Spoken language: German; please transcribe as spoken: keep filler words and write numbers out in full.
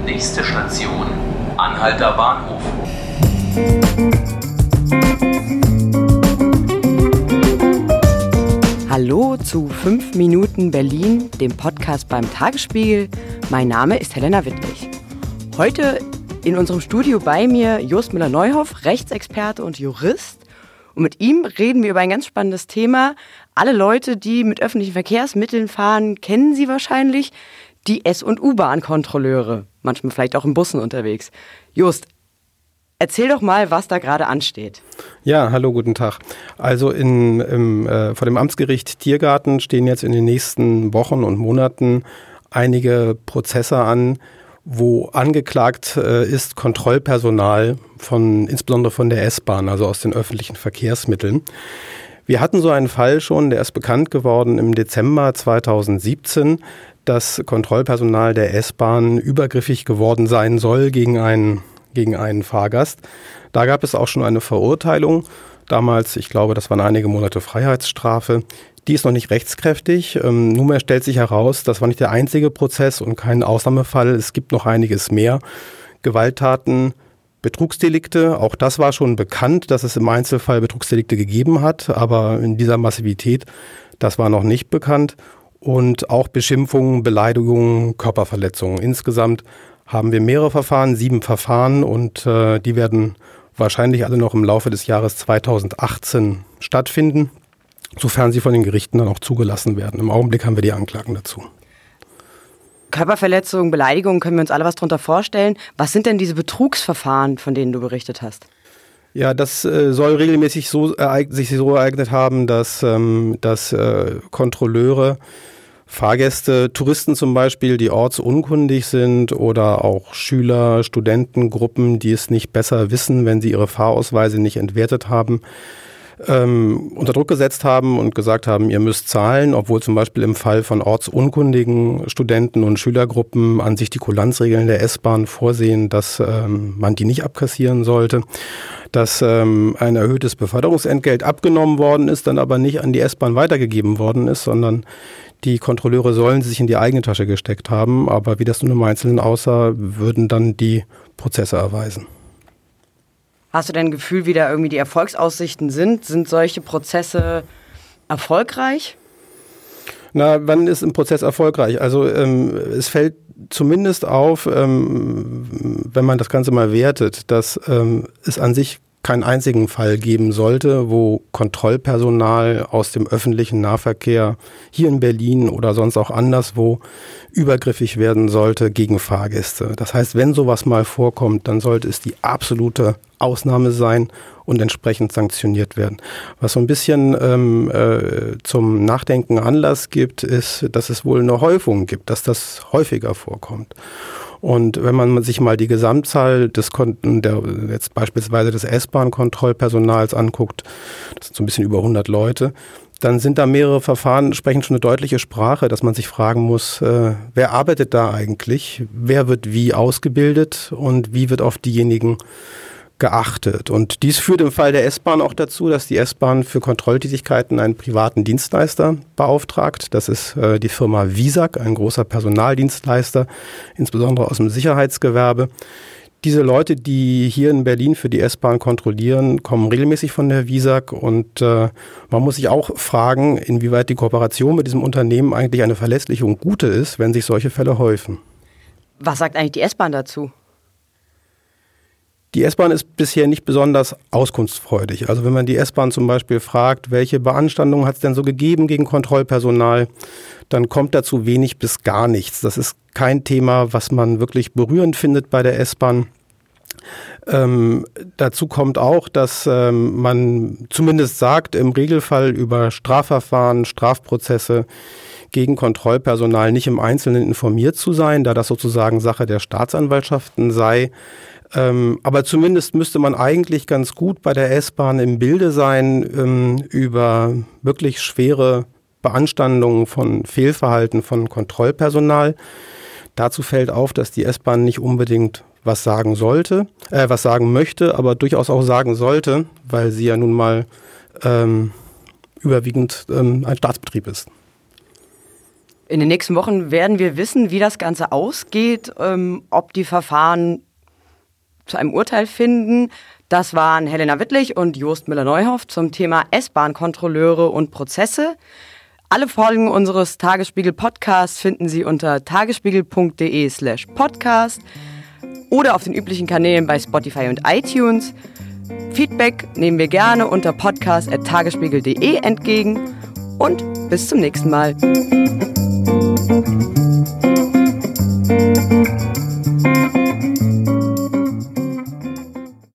Nächste Station, Anhalter Bahnhof. Hallo zu fünf Minuten Berlin, dem Podcast beim Tagesspiegel. Mein Name ist Helena Wittlich. Heute in unserem Studio bei mir Jost Müller-Neuhoff, Rechtsexperte und Jurist. Und mit ihm reden wir über ein ganz spannendes Thema. Alle Leute, die mit öffentlichen Verkehrsmitteln fahren, kennen Sie wahrscheinlich. Die S- und U-Bahn-Kontrolleure, manchmal vielleicht auch in Bussen unterwegs. Jost, erzähl doch mal, was da gerade ansteht. Ja, hallo, guten Tag. Also in, im, äh, vor dem Amtsgericht Tiergarten stehen jetzt in den nächsten Wochen und Monaten einige Prozesse an, wo angeklagt äh, ist Kontrollpersonal, von, insbesondere von der S-Bahn, also aus den öffentlichen Verkehrsmitteln. Wir hatten so einen Fall schon, der ist bekannt geworden im Dezember zweitausendsiebzehn, dass Kontrollpersonal der S-Bahn übergriffig geworden sein soll gegen einen, gegen einen Fahrgast. Da gab es auch schon eine Verurteilung. Damals, ich glaube, das waren einige Monate Freiheitsstrafe. Die ist noch nicht rechtskräftig. Ähm, nunmehr stellt sich heraus, das war nicht der einzige Prozess und kein Ausnahmefall. Es gibt noch einiges mehr. Gewalttaten, Betrugsdelikte, auch das war schon bekannt, dass es im Einzelfall Betrugsdelikte gegeben hat, aber in dieser Massivität, das war noch nicht bekannt. Und auch Beschimpfungen, Beleidigungen, Körperverletzungen. Insgesamt haben wir mehrere Verfahren, sieben Verfahren und äh, die werden wahrscheinlich alle noch im Laufe des Jahres zweitausendachtzehn stattfinden, sofern sie von den Gerichten dann auch zugelassen werden. Im Augenblick haben wir die Anklagen dazu. Körperverletzungen, Beleidigungen, können wir uns alle was darunter vorstellen. Was sind denn diese Betrugsverfahren, von denen du berichtet hast? Ja, das äh, soll regelmäßig so ereig- sich so ereignet haben, dass, ähm, dass äh, Kontrolleure, Fahrgäste, Touristen zum Beispiel, die ortsunkundig sind oder auch Schüler, Studentengruppen, die es nicht besser wissen, wenn sie ihre Fahrausweise nicht entwertet haben, ähm, unter Druck gesetzt haben und gesagt haben, ihr müsst zahlen, obwohl zum Beispiel im Fall von ortsunkundigen Studenten und Schülergruppen an sich die Kulanzregeln der S-Bahn vorsehen, dass ähm, man die nicht abkassieren sollte, dass ähm, ein erhöhtes Beförderungsentgelt abgenommen worden ist, dann aber nicht an die S-Bahn weitergegeben worden ist, sondern die Kontrolleure sollen sich in die eigene Tasche gesteckt haben, aber wie das nun im Einzelnen aussah, würden dann die Prozesse erweisen. Hast du denn ein Gefühl, wie da irgendwie die Erfolgsaussichten sind? Sind solche Prozesse erfolgreich? Na, wann ist ein Prozess erfolgreich? Also ähm, es fällt zumindest auf, ähm, wenn man das Ganze mal wertet, dass ähm, es an sich keinen einzigen Fall geben sollte, wo Kontrollpersonal aus dem öffentlichen Nahverkehr hier in Berlin oder sonst auch anderswo übergriffig werden sollte gegen Fahrgäste. Das heißt, wenn sowas mal vorkommt, dann sollte es die absolute Ausnahme sein und entsprechend sanktioniert werden. Was so ein bisschen ähm, äh, zum Nachdenken Anlass gibt, ist, dass es wohl eine Häufung gibt, dass das häufiger vorkommt. Und wenn man sich mal die Gesamtzahl des Kon- der, jetzt beispielsweise des S-Bahn-Kontrollpersonals anguckt, das sind so ein bisschen über hundert Leute, dann sind da mehrere Verfahren, sprechen schon eine deutliche Sprache, dass man sich fragen muss, äh, wer arbeitet da eigentlich, wer wird wie ausgebildet und wie wird auf diejenigen geachtet. Und dies führt im Fall der S-Bahn auch dazu, dass die S-Bahn für Kontrolltätigkeiten einen privaten Dienstleister beauftragt. Das ist äh, die Firma Visag, ein großer Personaldienstleister, insbesondere aus dem Sicherheitsgewerbe. Diese Leute, die hier in Berlin für die S-Bahn kontrollieren, kommen regelmäßig von der Visag und äh, man muss sich auch fragen, inwieweit die Kooperation mit diesem Unternehmen eigentlich eine verlässliche und gute ist, wenn sich solche Fälle häufen. Was sagt eigentlich die S-Bahn dazu? Die S-Bahn ist bisher nicht besonders auskunftsfreudig. Also wenn man die S-Bahn zum Beispiel fragt, welche Beanstandungen hat es denn so gegeben gegen Kontrollpersonal, dann kommt dazu wenig bis gar nichts. Das ist kein Thema, was man wirklich berührend findet bei der S-Bahn. Ähm, dazu kommt auch, dass ähm, man zumindest sagt, im Regelfall über Strafverfahren, Strafprozesse gegen Kontrollpersonal nicht im Einzelnen informiert zu sein, da das sozusagen Sache der Staatsanwaltschaften sei. Ähm, aber zumindest müsste man eigentlich ganz gut bei der S-Bahn im Bilde sein ähm, über wirklich schwere Beanstandungen von Fehlverhalten von Kontrollpersonal. Dazu fällt auf, dass die S-Bahn nicht unbedingt was sagen sollte, äh, was sagen möchte, aber durchaus auch sagen sollte, weil sie ja nun mal ähm, überwiegend ähm, ein Staatsbetrieb ist. In den nächsten Wochen werden wir wissen, wie das Ganze ausgeht, ähm, ob die Verfahren zu einem Urteil finden. Das waren Helena Wittlich und Jost Müller-Neuhoff zum Thema S-Bahn-Kontrolleure und Prozesse. Alle Folgen unseres Tagesspiegel-Podcasts finden Sie unter tagesspiegel.de slash podcast oder auf den üblichen Kanälen bei Spotify und iTunes. Feedback nehmen wir gerne unter podcast at tagesspiegel punkt de entgegen und bis zum nächsten Mal.